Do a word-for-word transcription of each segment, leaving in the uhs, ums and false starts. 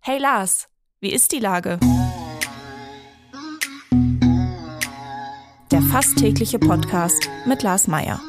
Hey Lars, wie ist die Lage? Der fast tägliche Podcast mit Lars Meyer.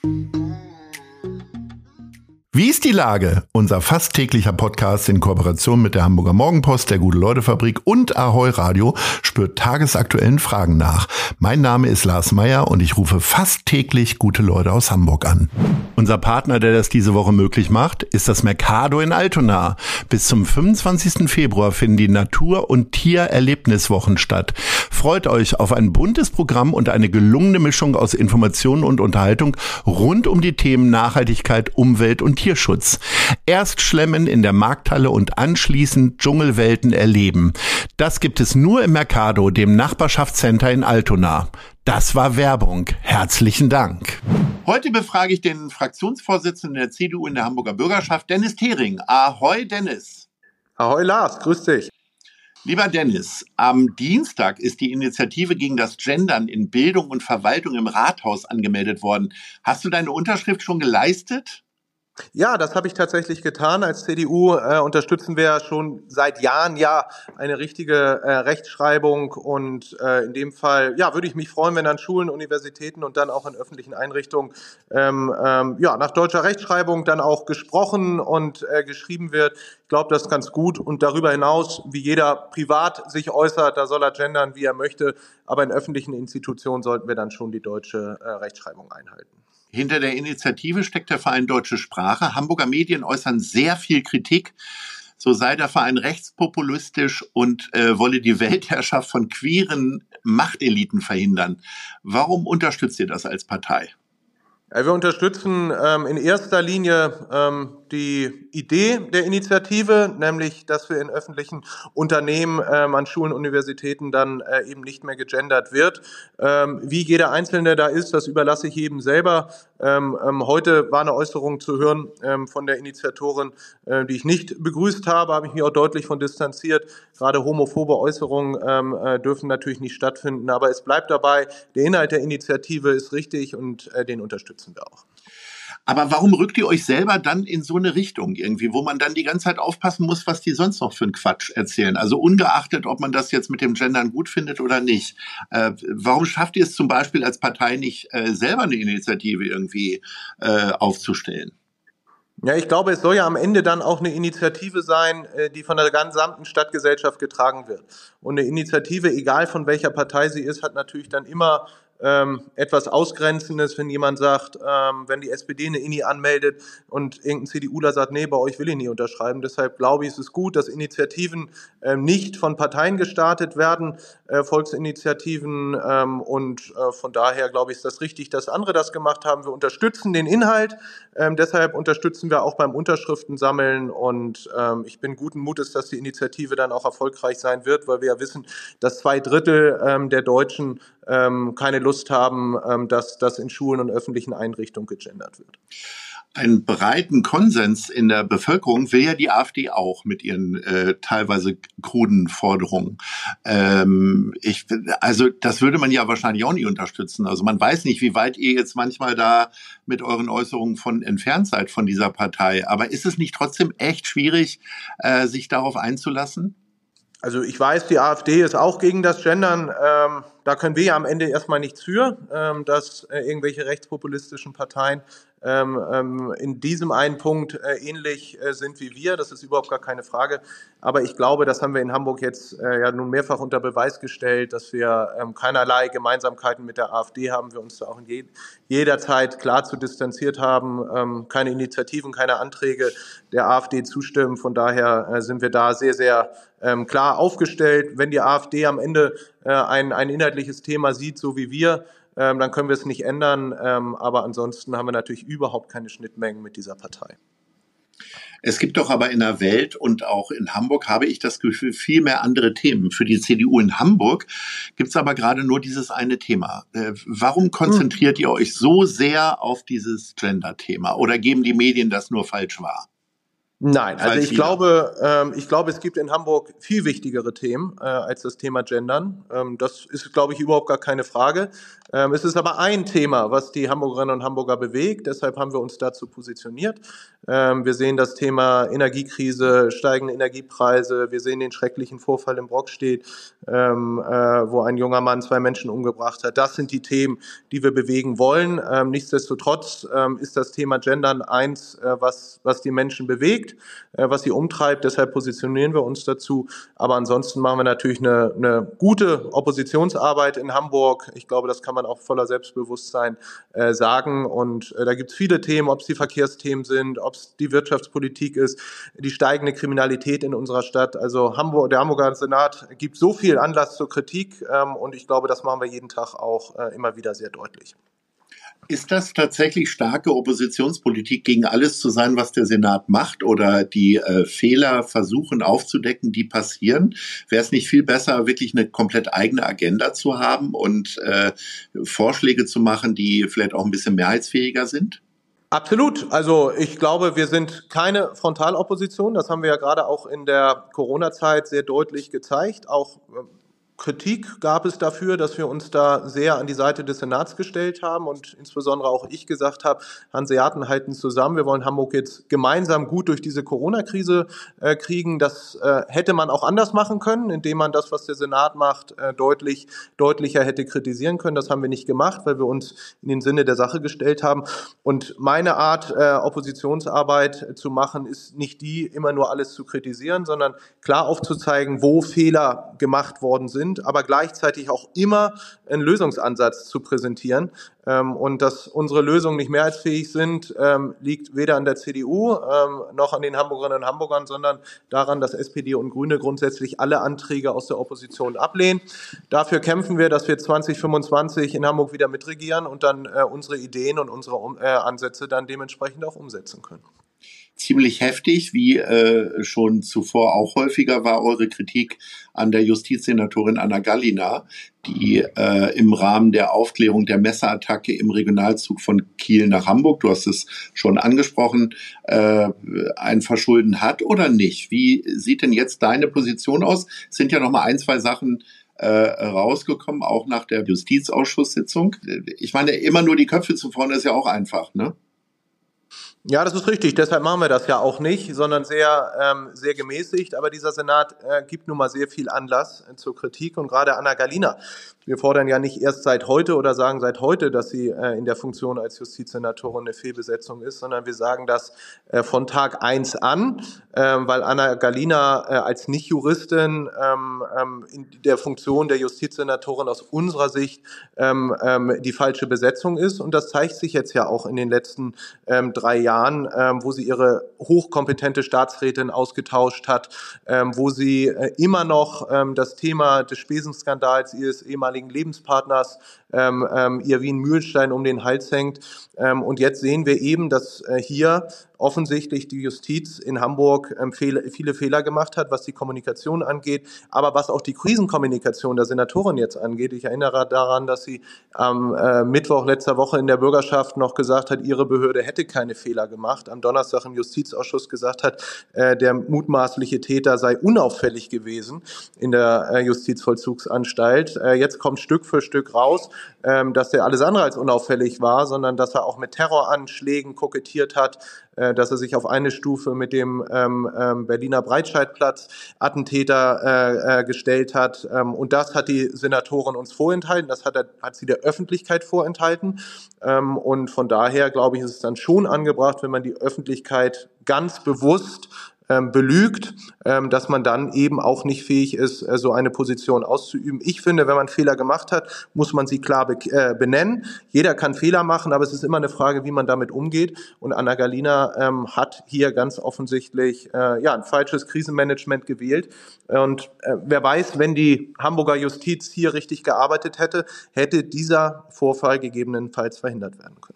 Wie ist die Lage? Unser fast täglicher Podcast in Kooperation mit der Hamburger Morgenpost, der Gute-Leute-Fabrik und Ahoi Radio spürt tagesaktuellen Fragen nach. Mein Name ist Lars Meyer und ich rufe fast täglich gute Leute aus Hamburg an. Unser Partner, der das diese Woche möglich macht, ist das Mercado in Altona. Bis zum fünfundzwanzigsten Februar finden die Natur- und Tiererlebniswochen statt. Freut euch auf ein buntes Programm und eine gelungene Mischung aus Informationen und Unterhaltung rund um die Themen Nachhaltigkeit, Umwelt und Tierschutz. Erst schlemmen in der Markthalle und anschließend Dschungelwelten erleben. Das gibt es nur im Mercado, dem Nachbarschaftscenter in Altona. Das war Werbung. Herzlichen Dank. Heute befrage ich den Fraktionsvorsitzenden der C D U in der Hamburger Bürgerschaft, Dennis Thering. Ahoi, Dennis. Ahoi, Lars. Grüß dich. Lieber Dennis, am Dienstag ist die Initiative gegen das Gendern in Bildung und Verwaltung im Rathaus angemeldet worden. Hast du deine Unterschrift schon geleistet? Ja, das habe ich tatsächlich getan. Als C D U äh, unterstützen wir schon seit Jahren ja eine richtige äh, Rechtschreibung und äh, in dem Fall ja würde ich mich freuen, wenn an Schulen, Universitäten und dann auch in öffentlichen Einrichtungen ähm, ähm, ja nach deutscher Rechtschreibung dann auch gesprochen und äh, geschrieben wird. Ich glaube, das ist ganz gut und darüber hinaus, wie jeder privat sich äußert, da soll er gendern, wie er möchte, aber in öffentlichen Institutionen sollten wir dann schon die deutsche äh, Rechtschreibung einhalten. Hinter der Initiative steckt der Verein Deutsche Sprache. Hamburger Medien äußern sehr viel Kritik. So sei der Verein rechtspopulistisch und äh, wolle die Weltherrschaft von queeren Machteliten verhindern. Warum unterstützt ihr das als Partei? Wir unterstützen ähm, in erster Linie ähm, die Idee der Initiative, nämlich, dass wir in öffentlichen Unternehmen ähm, an Schulen, Universitäten dann äh, eben nicht mehr gegendert wird. Ähm, wie jeder Einzelne da ist, das überlasse ich jedem selber. Ähm, ähm, heute war eine Äußerung zu hören ähm, von der Initiatorin, äh, die ich nicht begrüßt habe, habe ich mich auch deutlich von distanziert. Gerade homophobe Äußerungen ähm, äh, dürfen natürlich nicht stattfinden, aber es bleibt dabei, der Inhalt der Initiative ist richtig und äh, den unterstützen wir auch. Aber warum rückt ihr euch selber dann in so eine Richtung irgendwie, wo man dann die ganze Zeit aufpassen muss, was die sonst noch für einen Quatsch erzählen? Also ungeachtet, ob man das jetzt mit dem Gendern gut findet oder nicht. Äh, warum schafft ihr es zum Beispiel als Partei nicht, äh, selber eine Initiative irgendwie äh, aufzustellen? Ja, ich glaube, es soll ja am Ende dann auch eine Initiative sein, die von der gesamten Stadtgesellschaft getragen wird. Und eine Initiative, egal von welcher Partei sie ist, hat natürlich dann immer ähm, etwas Ausgrenzendes, wenn jemand sagt, ähm, wenn die S P D eine Ini anmeldet und irgendein CDUler sagt, nee, bei euch will ich nie unterschreiben. Deshalb glaube ich, es ist gut, dass Initiativen äh, nicht von Parteien gestartet werden, äh, Volksinitiativen ähm, und äh, von daher glaube ich, ist das richtig, dass andere das gemacht haben. Wir unterstützen den Inhalt, ähm, deshalb unterstützen wir auch beim Unterschriften sammeln und ähm, ich bin guten Mutes, dass die Initiative dann auch erfolgreich sein wird, weil wir ja wissen, dass zwei Drittel ähm, der Deutschen ähm, keine Lust haben, ähm, dass das in Schulen und öffentlichen Einrichtungen gegendert wird. Einen breiten Konsens in der Bevölkerung will ja die AfD auch mit ihren äh, teilweise kruden Forderungen. Ähm, ich, also das würde man ja wahrscheinlich auch nicht unterstützen. Also man weiß nicht, wie weit ihr jetzt manchmal da mit euren Äußerungen von entfernt seid von dieser Partei. Aber ist es nicht trotzdem echt schwierig, äh, sich darauf einzulassen? Also ich weiß, die AfD ist auch gegen das Gendern. Ähm, da können wir ja am Ende erstmal nichts für, ähm, dass äh, irgendwelche rechtspopulistischen Parteien ähm, ähm, in diesem einen Punkt äh, ähnlich äh, sind wie wir. Das ist überhaupt gar keine Frage. Aber ich glaube, das haben wir in Hamburg jetzt äh, ja nun mehrfach unter Beweis gestellt, dass wir ähm, keinerlei Gemeinsamkeiten mit der AfD haben. Wir uns da auch in je- jeder Zeit klar zu distanziert haben. Ähm, keine Initiativen, keine Anträge der AfD zustimmen. Von daher äh, sind wir da sehr, sehr ähm, klar aufgestellt. Wenn die AfD am Ende äh, ein, ein inhaltliches Thema sieht, so wie wir, ähm, dann können wir es nicht ändern. Ähm, aber ansonsten haben wir natürlich überhaupt keine Schnittmengen mit dieser Partei. Es gibt doch aber in der Welt und auch in Hamburg, habe ich das Gefühl, viel mehr andere Themen. Für die C D U in Hamburg gibt es aber gerade nur dieses eine Thema. Äh, warum konzentriert hm. ihr euch so sehr auf dieses Gender-Thema? Oder geben die Medien das nur falsch wahr? Nein, also ich glaube, ähm, ich glaube, es gibt in Hamburg viel wichtigere Themen äh, als das Thema Gendern. Ähm, das ist, glaube ich, überhaupt gar keine Frage. Ähm, es ist aber ein Thema, was die Hamburgerinnen und Hamburger bewegt. Deshalb haben wir uns dazu positioniert. Ähm, wir sehen das Thema Energiekrise, steigende Energiepreise. Wir sehen den schrecklichen Vorfall in Brockstedt, ähm, äh, wo ein junger Mann zwei Menschen umgebracht hat. Das sind die Themen, die wir bewegen wollen. Ähm, nichtsdestotrotz ähm, ist das Thema Gendern eins, äh, was, was die Menschen bewegt, was sie umtreibt. Deshalb positionieren wir uns dazu. Aber ansonsten machen wir natürlich eine, eine gute Oppositionsarbeit in Hamburg. Ich glaube, das kann man auch voller Selbstbewusstsein äh, sagen. Und äh, da gibt es viele Themen, ob es die Verkehrsthemen sind, ob es die Wirtschaftspolitik ist, die steigende Kriminalität in unserer Stadt. Also Hamburg, der Hamburger Senat gibt so viel Anlass zur Kritik. Ähm, und ich glaube, das machen wir jeden Tag auch äh, immer wieder sehr deutlich. Ist das tatsächlich starke Oppositionspolitik, gegen alles zu sein, was der Senat macht, oder die äh, Fehler versuchen aufzudecken, die passieren? Wäre es nicht viel besser, wirklich eine komplett eigene Agenda zu haben und äh, Vorschläge zu machen, die vielleicht auch ein bisschen mehrheitsfähiger sind? Absolut. Also ich glaube, wir sind keine Frontalopposition. Das haben wir ja gerade auch in der Corona-Zeit sehr deutlich gezeigt. Auch Kritik gab es dafür, dass wir uns da sehr an die Seite des Senats gestellt haben und insbesondere auch ich gesagt habe, Hanseaten halten zusammen. Wir wollen Hamburg jetzt gemeinsam gut durch diese Corona-Krise äh, kriegen. Das äh, hätte man auch anders machen können, indem man das, was der Senat macht, äh, deutlich deutlicher hätte kritisieren können. Das haben wir nicht gemacht, weil wir uns in den Sinne der Sache gestellt haben. Und meine Art, äh, Oppositionsarbeit äh, zu machen, ist nicht die, immer nur alles zu kritisieren, sondern klar aufzuzeigen, wo Fehler gemacht worden sind, aber gleichzeitig auch immer einen Lösungsansatz zu präsentieren. Und dass unsere Lösungen nicht mehrheitsfähig sind, liegt weder an der C D U noch an den Hamburgerinnen und Hamburgern, sondern daran, dass S P D und Grüne grundsätzlich alle Anträge aus der Opposition ablehnen. Dafür kämpfen wir, dass wir zwanzig fünfundzwanzig in Hamburg wieder mitregieren und dann unsere Ideen und unsere Ansätze dann dementsprechend auch umsetzen können. Ziemlich heftig, wie äh, schon zuvor auch häufiger, war eure Kritik an der Justizsenatorin Anna Gallina, die äh, im Rahmen der Aufklärung der Messerattacke im Regionalzug von Kiel nach Hamburg, du hast es schon angesprochen, äh, ein Verschulden hat oder nicht? Wie sieht denn jetzt deine Position aus? Es sind ja noch mal ein, zwei Sachen äh, rausgekommen, auch nach der Justizausschusssitzung. Ich meine, immer nur die Köpfe zu formen, ist ja auch einfach, ne? Ja, das ist richtig. Deshalb machen wir das ja auch nicht, sondern sehr, ähm, sehr gemäßigt. Aber dieser Senat äh, gibt nun mal sehr viel Anlass äh, zur Kritik. Und gerade Anna Gallina, wir fordern ja nicht erst seit heute oder sagen seit heute, dass sie äh, in der Funktion als Justizsenatorin eine Fehlbesetzung ist, sondern wir sagen das äh, von Tag eins an, äh, weil Anna Gallina äh, als Nicht-Juristin ähm, ähm, in der Funktion der Justizsenatorin aus unserer Sicht ähm, ähm, die falsche Besetzung ist. Und das zeigt sich jetzt ja auch in den letzten ähm, drei Jahren. Jahren, ähm, wo sie ihre hochkompetente Staatsrätin ausgetauscht hat, ähm, wo sie äh, immer noch ähm, das Thema des Spesenskandals ihres ehemaligen Lebenspartners ähm, ähm, ihr wie ein Mühlstein um den Hals hängt. Ähm, und jetzt sehen wir eben, dass äh, hier offensichtlich die Justiz in Hamburg ähm, fehl, viele Fehler gemacht hat, was die Kommunikation angeht, aber was auch die Krisenkommunikation der Senatorin jetzt angeht. Ich erinnere daran, dass sie am äh, Mittwoch letzter Woche in der Bürgerschaft noch gesagt hat, ihre Behörde hätte keine Fehler gemacht. Am Donnerstag im Justizausschuss gesagt hat, äh, der mutmaßliche Täter sei unauffällig gewesen in der äh, Justizvollzugsanstalt. Äh, jetzt kommt Stück für Stück raus, äh, dass er alles andere als unauffällig war, sondern dass er auch mit Terroranschlägen kokettiert hat, dass er sich auf eine Stufe mit dem ähm, ähm, Berliner Breitscheidplatz-Attentäter äh, äh, gestellt hat. Ähm, und das hat die Senatorin uns vorenthalten, das hat, er, hat sie der Öffentlichkeit vorenthalten. Ähm, und von daher, glaube ich, ist es dann schon angebracht, wenn man die Öffentlichkeit ganz bewusst ähm, belügt, ähm, dass man dann eben auch nicht fähig ist, äh, so eine Position auszuüben. Ich finde, wenn man Fehler gemacht hat, muss man sie klar be- äh, benennen. Jeder kann Fehler machen, aber es ist immer eine Frage, wie man damit umgeht. Und Anna Gallina ähm, hat hier ganz offensichtlich äh, ja, ein falsches Krisenmanagement gewählt. Und äh, wer weiß, wenn die Hamburger Justiz hier richtig gearbeitet hätte, hätte dieser Vorfall gegebenenfalls verhindert werden können.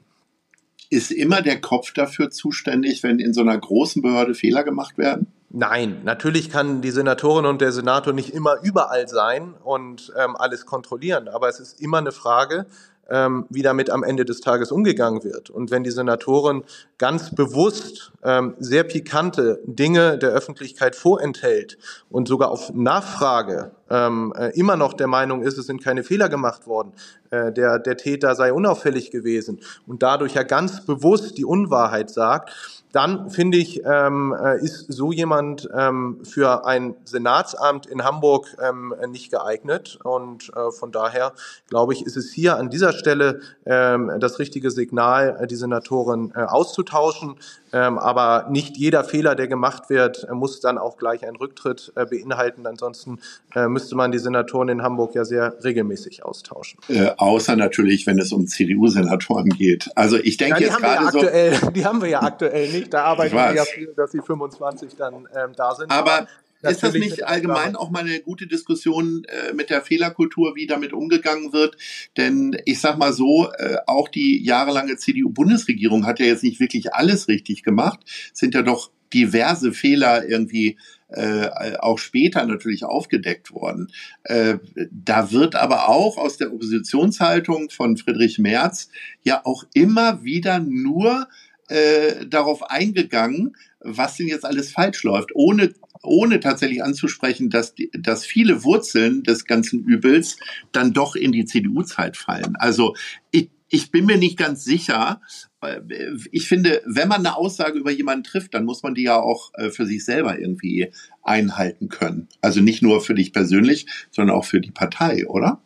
Ist immer der Kopf dafür zuständig, wenn in so einer großen Behörde Fehler gemacht werden? Nein, natürlich kann die Senatorin und der Senator nicht immer überall sein und ähm, alles kontrollieren, aber es ist immer eine Frage, ähm, wie damit am Ende des Tages umgegangen wird. Und wenn die Senatorin ganz bewusst ähm, sehr pikante Dinge der Öffentlichkeit vorenthält und sogar auf Nachfrage ähm, äh, immer noch der Meinung ist, es sind keine Fehler gemacht worden, äh, der, der Täter sei unauffällig gewesen und dadurch ja ganz bewusst die Unwahrheit sagt, dann finde ich, ähm, ist so jemand ähm, für ein Senatsamt in Hamburg ähm, nicht geeignet. Und äh, von daher, glaube ich, ist es hier an dieser Stelle ähm, das richtige Signal, die Senatorin äh, auszutauschen. Ähm, aber nicht jeder Fehler, der gemacht wird, muss dann auch gleich einen Rücktritt äh, beinhalten. Ansonsten äh, müsste man die Senatoren in Hamburg ja sehr regelmäßig austauschen. Äh, außer natürlich, wenn es um C D U-Senatoren geht. Also ich denke ja, jetzt gerade ja so... aktuell, die haben wir ja aktuell nicht. Da arbeiten wir ja viel, dass die fünfundzwanzig dann ähm, da sind. Aber, aber ist das natürlich nicht allgemein auch mal eine gute Diskussion äh, mit der Fehlerkultur, wie damit umgegangen wird? Denn ich sag mal so, äh, auch die jahrelange C D U-Bundesregierung hat ja jetzt nicht wirklich alles richtig gemacht. Es sind ja doch diverse Fehler irgendwie äh, auch später natürlich aufgedeckt worden. Äh, da wird aber auch aus der Oppositionshaltung von Friedrich Merz ja auch immer wieder nur äh, darauf eingegangen, was denn jetzt alles falsch läuft, ohne ohne tatsächlich anzusprechen, dass, die, dass viele Wurzeln des ganzen Übels dann doch in die C D U-Zeit fallen. Also ich, ich bin mir nicht ganz sicher. Ich finde, wenn man eine Aussage über jemanden trifft, dann muss man die ja auch für sich selber irgendwie einhalten können. Also nicht nur für dich persönlich, sondern auch für die Partei, oder?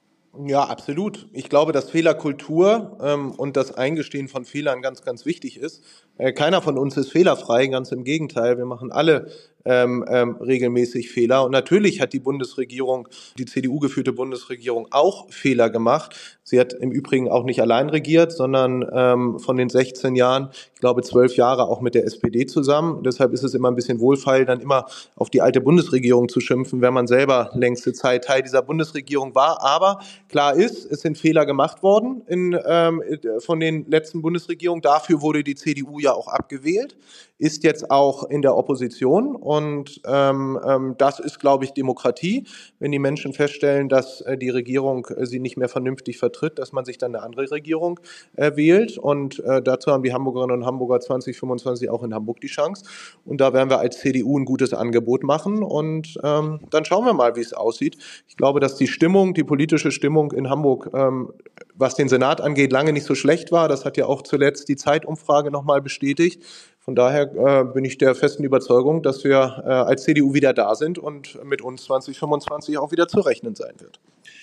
Ja, absolut. Ich glaube, dass Fehlerkultur ähm, und das Eingestehen von Fehlern ganz, ganz wichtig ist. Äh, keiner von uns ist fehlerfrei, ganz im Gegenteil. Wir machen alle ähm, ähm, regelmäßig Fehler. Und natürlich hat die Bundesregierung, die C D U-geführte Bundesregierung, auch Fehler gemacht. Sie hat im Übrigen auch nicht allein regiert, sondern ähm, von den sechzehn Jahren, ich glaube, zwölf Jahre auch mit der S P D zusammen. Deshalb ist es immer ein bisschen wohlfeil, dann immer auf die alte Bundesregierung zu schimpfen, wenn man selber längste Zeit Teil dieser Bundesregierung war. Aber klar ist, es sind Fehler gemacht worden in, ähm, von den letzten Bundesregierungen. Dafür wurde die C D U ja auch abgewählt, ist jetzt auch in der Opposition. Und ähm, ähm, das ist, glaube ich, Demokratie. Wenn die Menschen feststellen, dass äh, die Regierung äh, sie nicht mehr vernünftig vertritt, dass man sich dann eine andere Regierung äh, wählt. Und äh, dazu haben die Hamburgerinnen und Hamburger zwanzig fünfundzwanzig auch in Hamburg die Chance. Und da werden wir als C D U ein gutes Angebot machen. Und ähm, dann schauen wir mal, wie es aussieht. Ich glaube, dass die Stimmung, die politische Stimmung in Hamburg, ähm, was den Senat angeht, lange nicht so schlecht war. Das hat ja auch zuletzt die Zeitumfrage nochmal bestätigt. Von daher äh, bin ich der festen Überzeugung, dass wir äh, als C D U wieder da sind und mit uns zwanzig fünfundzwanzig auch wieder zu rechnen sein wird.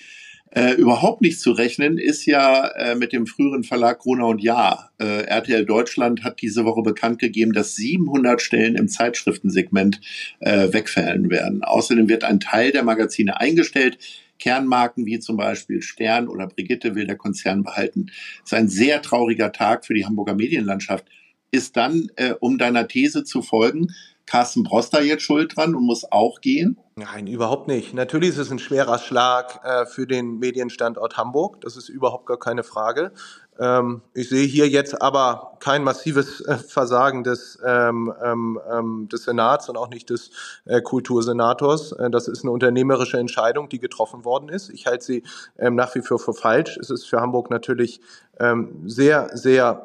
Äh, überhaupt nicht zu rechnen ist ja äh, mit dem früheren Verlag Gruner und Jahr. Äh, R T L Deutschland hat diese Woche bekannt gegeben, dass siebenhundert Stellen im Zeitschriftensegment äh, wegfallen werden. Außerdem wird ein Teil der Magazine eingestellt. Kernmarken wie zum Beispiel Stern oder Brigitte will der Konzern behalten. Das ist ein sehr trauriger Tag für die Hamburger Medienlandschaft. Ist dann, äh, um deiner These zu folgen, Carsten Broster jetzt schuld dran und muss auch gehen? Nein, überhaupt nicht. Natürlich ist es ein schwerer Schlag äh, für den Medienstandort Hamburg. Das ist überhaupt gar keine Frage. Ähm, ich sehe hier jetzt aber kein massives äh, Versagen des, ähm, ähm, des Senats und auch nicht des äh, Kultursenators. Äh, das ist eine unternehmerische Entscheidung, die getroffen worden ist. Ich halte sie ähm, nach wie vor für falsch. Es ist für Hamburg natürlich ähm, sehr, sehr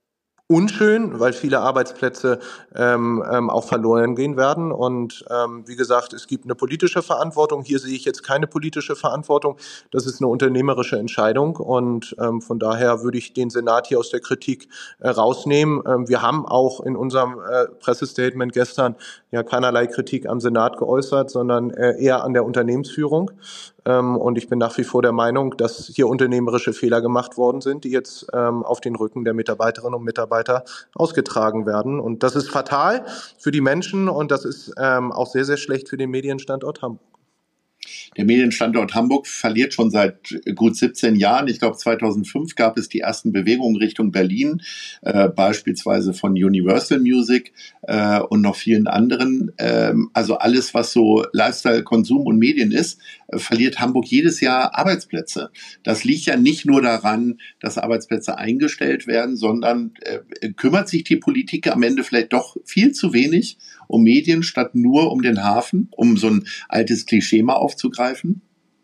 unschön, weil viele Arbeitsplätze ähm, ähm, auch verloren gehen werden. Und ähm, wie gesagt, es gibt eine politische Verantwortung. Hier sehe ich jetzt keine politische Verantwortung. Das ist eine unternehmerische Entscheidung. Und ähm, von daher würde ich den Senat hier aus der Kritik äh, rausnehmen. Ähm, wir haben auch in unserem äh, Pressestatement gestern ja keinerlei Kritik am Senat geäußert, sondern äh, eher an der Unternehmensführung. Ähm, und ich bin nach wie vor der Meinung, dass hier unternehmerische Fehler gemacht worden sind, die jetzt ähm, auf den Rücken der Mitarbeiterinnen und Mitarbeiter ausgetragen werden. Und das ist fatal für die Menschen und das ist ähm, auch sehr, sehr schlecht für den Medienstandort Hamburg. Der Medienstandort Hamburg verliert schon seit gut siebzehn Jahren. Ich glaube, zweitausendfünf gab es die ersten Bewegungen Richtung Berlin, äh, beispielsweise von Universal Music äh, und noch vielen anderen. Ähm, also alles, was so Lifestyle, Konsum und Medien ist, äh, verliert Hamburg jedes Jahr Arbeitsplätze. Das liegt ja nicht nur daran, dass Arbeitsplätze eingestellt werden, sondern äh, kümmert sich die Politik am Ende vielleicht doch viel zu wenig um Medien statt nur um den Hafen, um so ein altes Klischee mal aufzugreifen?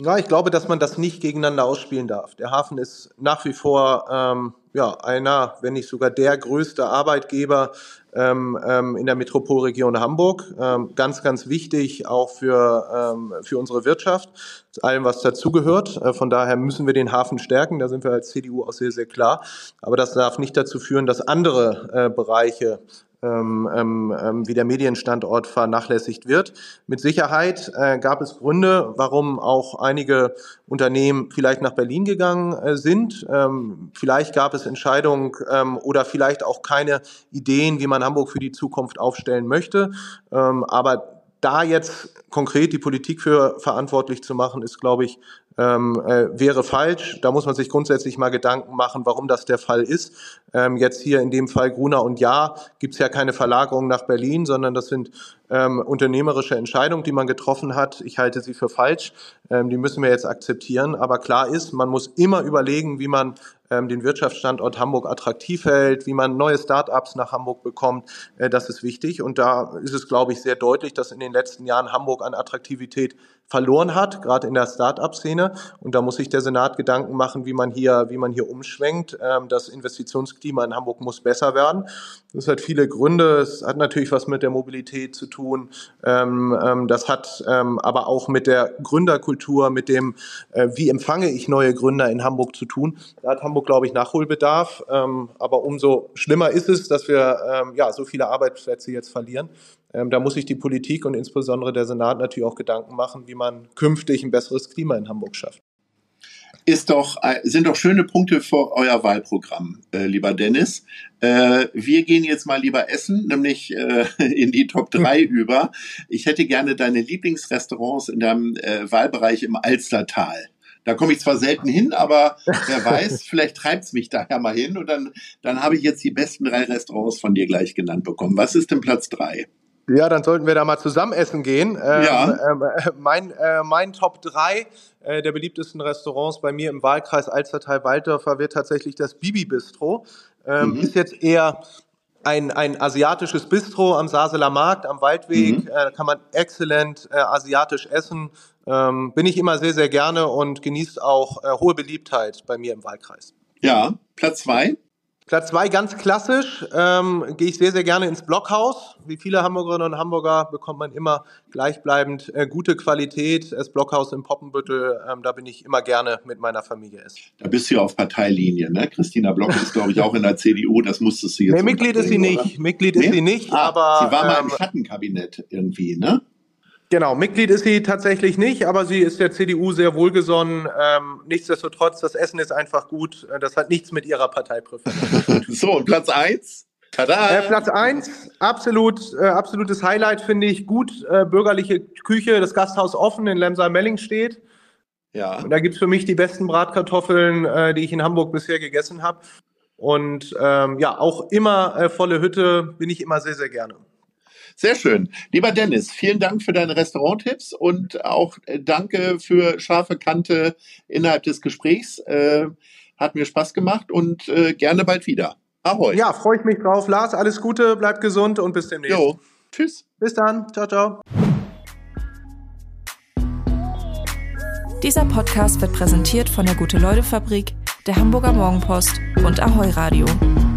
Ja, ich glaube, dass man das nicht gegeneinander ausspielen darf. Der Hafen ist nach wie vor ähm, ja einer, wenn nicht sogar der größte Arbeitgeber ähm, ähm, in der Metropolregion Hamburg. Ähm, ganz, ganz wichtig auch für ähm, für unsere Wirtschaft, allem was dazugehört. Äh, von daher müssen wir den Hafen stärken. Da sind wir als C D U auch sehr, sehr klar. Aber das darf nicht dazu führen, dass andere äh, Bereiche Ähm, ähm, wie der Medienstandort vernachlässigt wird. Mit Sicherheit äh, gab es Gründe, warum auch einige Unternehmen vielleicht nach Berlin gegangen äh, sind. Ähm, vielleicht gab es Entscheidungen ähm, oder vielleicht auch keine Ideen, wie man Hamburg für die Zukunft aufstellen möchte. Ähm, aber da jetzt konkret die Politik für verantwortlich zu machen, ist, glaube ich, ähm, äh, wäre falsch. Da muss man sich grundsätzlich mal Gedanken machen, warum das der Fall ist. Ähm, jetzt hier in dem Fall Gruner und Jahr gibt es ja keine Verlagerung nach Berlin, sondern das sind ähm, unternehmerische Entscheidungen, die man getroffen hat. Ich halte sie für falsch. Ähm, die müssen wir jetzt akzeptieren. Aber klar ist, man muss immer überlegen, wie man ähm, den Wirtschaftsstandort Hamburg attraktiv hält, wie man neue Start-ups nach Hamburg bekommt. Äh, das ist wichtig. Und da ist es, glaube ich, sehr deutlich, dass in den letzten Jahren Hamburg an Attraktivität verloren hat, gerade in der Start-up-Szene. Und da muss sich der Senat Gedanken machen, wie man hier, wie man hier umschwenkt. Ähm, das Investitionsklima in Hamburg muss besser werden. Das hat viele Gründe. Es hat natürlich was mit der Mobilität zu tun. Ähm, ähm, das hat ähm, aber auch mit der Gründerkultur, mit dem, äh, wie empfange ich neue Gründer in Hamburg zu tun. Da hat Hamburg, glaube ich, Nachholbedarf. Ähm, aber umso schlimmer ist es, dass wir ähm, ja so viele Arbeitsplätze jetzt verlieren. Ähm, da muss sich die Politik und insbesondere der Senat natürlich auch Gedanken machen, wie man künftig ein besseres Klima in Hamburg schafft. Ist doch, sind doch schöne Punkte für euer Wahlprogramm, äh, lieber Dennis. Äh, wir gehen jetzt mal lieber essen, nämlich äh, in die Top drei mhm. über. Ich hätte gerne deine Lieblingsrestaurants in deinem äh, Wahlbereich im Alstertal. Da komme ich zwar selten hin, aber wer weiß, vielleicht treibt's mich da ja mal hin und dann, dann habe ich jetzt die besten drei Restaurants von dir gleich genannt bekommen. Was ist denn Platz drei? Ja, dann sollten wir da mal zusammen essen gehen. Ähm, ja. ähm, mein, äh, mein Top drei äh, der beliebtesten Restaurants bei mir im Wahlkreis Alstertal-Walddörfer wird tatsächlich das Bibi Bistro. Ähm, mhm. Ist jetzt eher ein, ein asiatisches Bistro am Saseler Markt, am Waldweg. Mhm. Äh, da kann man exzellent äh, asiatisch essen. Ähm, bin ich immer sehr, sehr gerne und genießt auch äh, hohe Beliebtheit bei mir im Wahlkreis. Ja, Platz zwei? Platz zwei, ganz klassisch, ähm, gehe ich sehr, sehr gerne ins Blockhaus. Wie viele Hamburgerinnen und Hamburger bekommt man immer gleichbleibend äh, gute Qualität. Das Blockhaus in Poppenbüttel, ähm, da bin ich immer gerne mit meiner Familie essen. Da bist du ja auf Parteilinie, ne? Christina Block ist, glaube ich, auch in der C D U, das musstest du jetzt Nee, Mitglied ist sie nicht, oder? Mitglied nee? ist sie nicht, ah, aber... Sie war mal ähm, im Schattenkabinett irgendwie, ne? Genau, Mitglied ist sie tatsächlich nicht, aber sie ist der C D U sehr wohlgesonnen. Ähm, nichtsdestotrotz, das Essen ist einfach gut. Das hat nichts mit ihrer Parteipräferenz. So, und Platz eins? Tada! Äh, Platz eins, absolut, äh, absolutes Highlight, finde ich. Gut, äh, bürgerliche Küche, das Gasthaus Offen in Lemser-Melling steht. Ja. Und da gibt's für mich die besten Bratkartoffeln, äh, die ich in Hamburg bisher gegessen habe. Und ähm, ja, auch immer äh, volle Hütte, bin ich immer sehr, sehr gerne. Sehr schön. Lieber Dennis, vielen Dank für deine Restauranttipps und auch danke für scharfe Kante innerhalb des Gesprächs. Äh, hat mir Spaß gemacht und äh, gerne bald wieder. Ahoi. Ja, freue ich mich drauf. Lars, alles Gute, bleib gesund und bis demnächst. Jo, tschüss. Bis dann. Ciao, ciao. Dieser Podcast wird präsentiert von der Gute-Leute-Fabrik, der Hamburger Morgenpost und Ahoi Radio.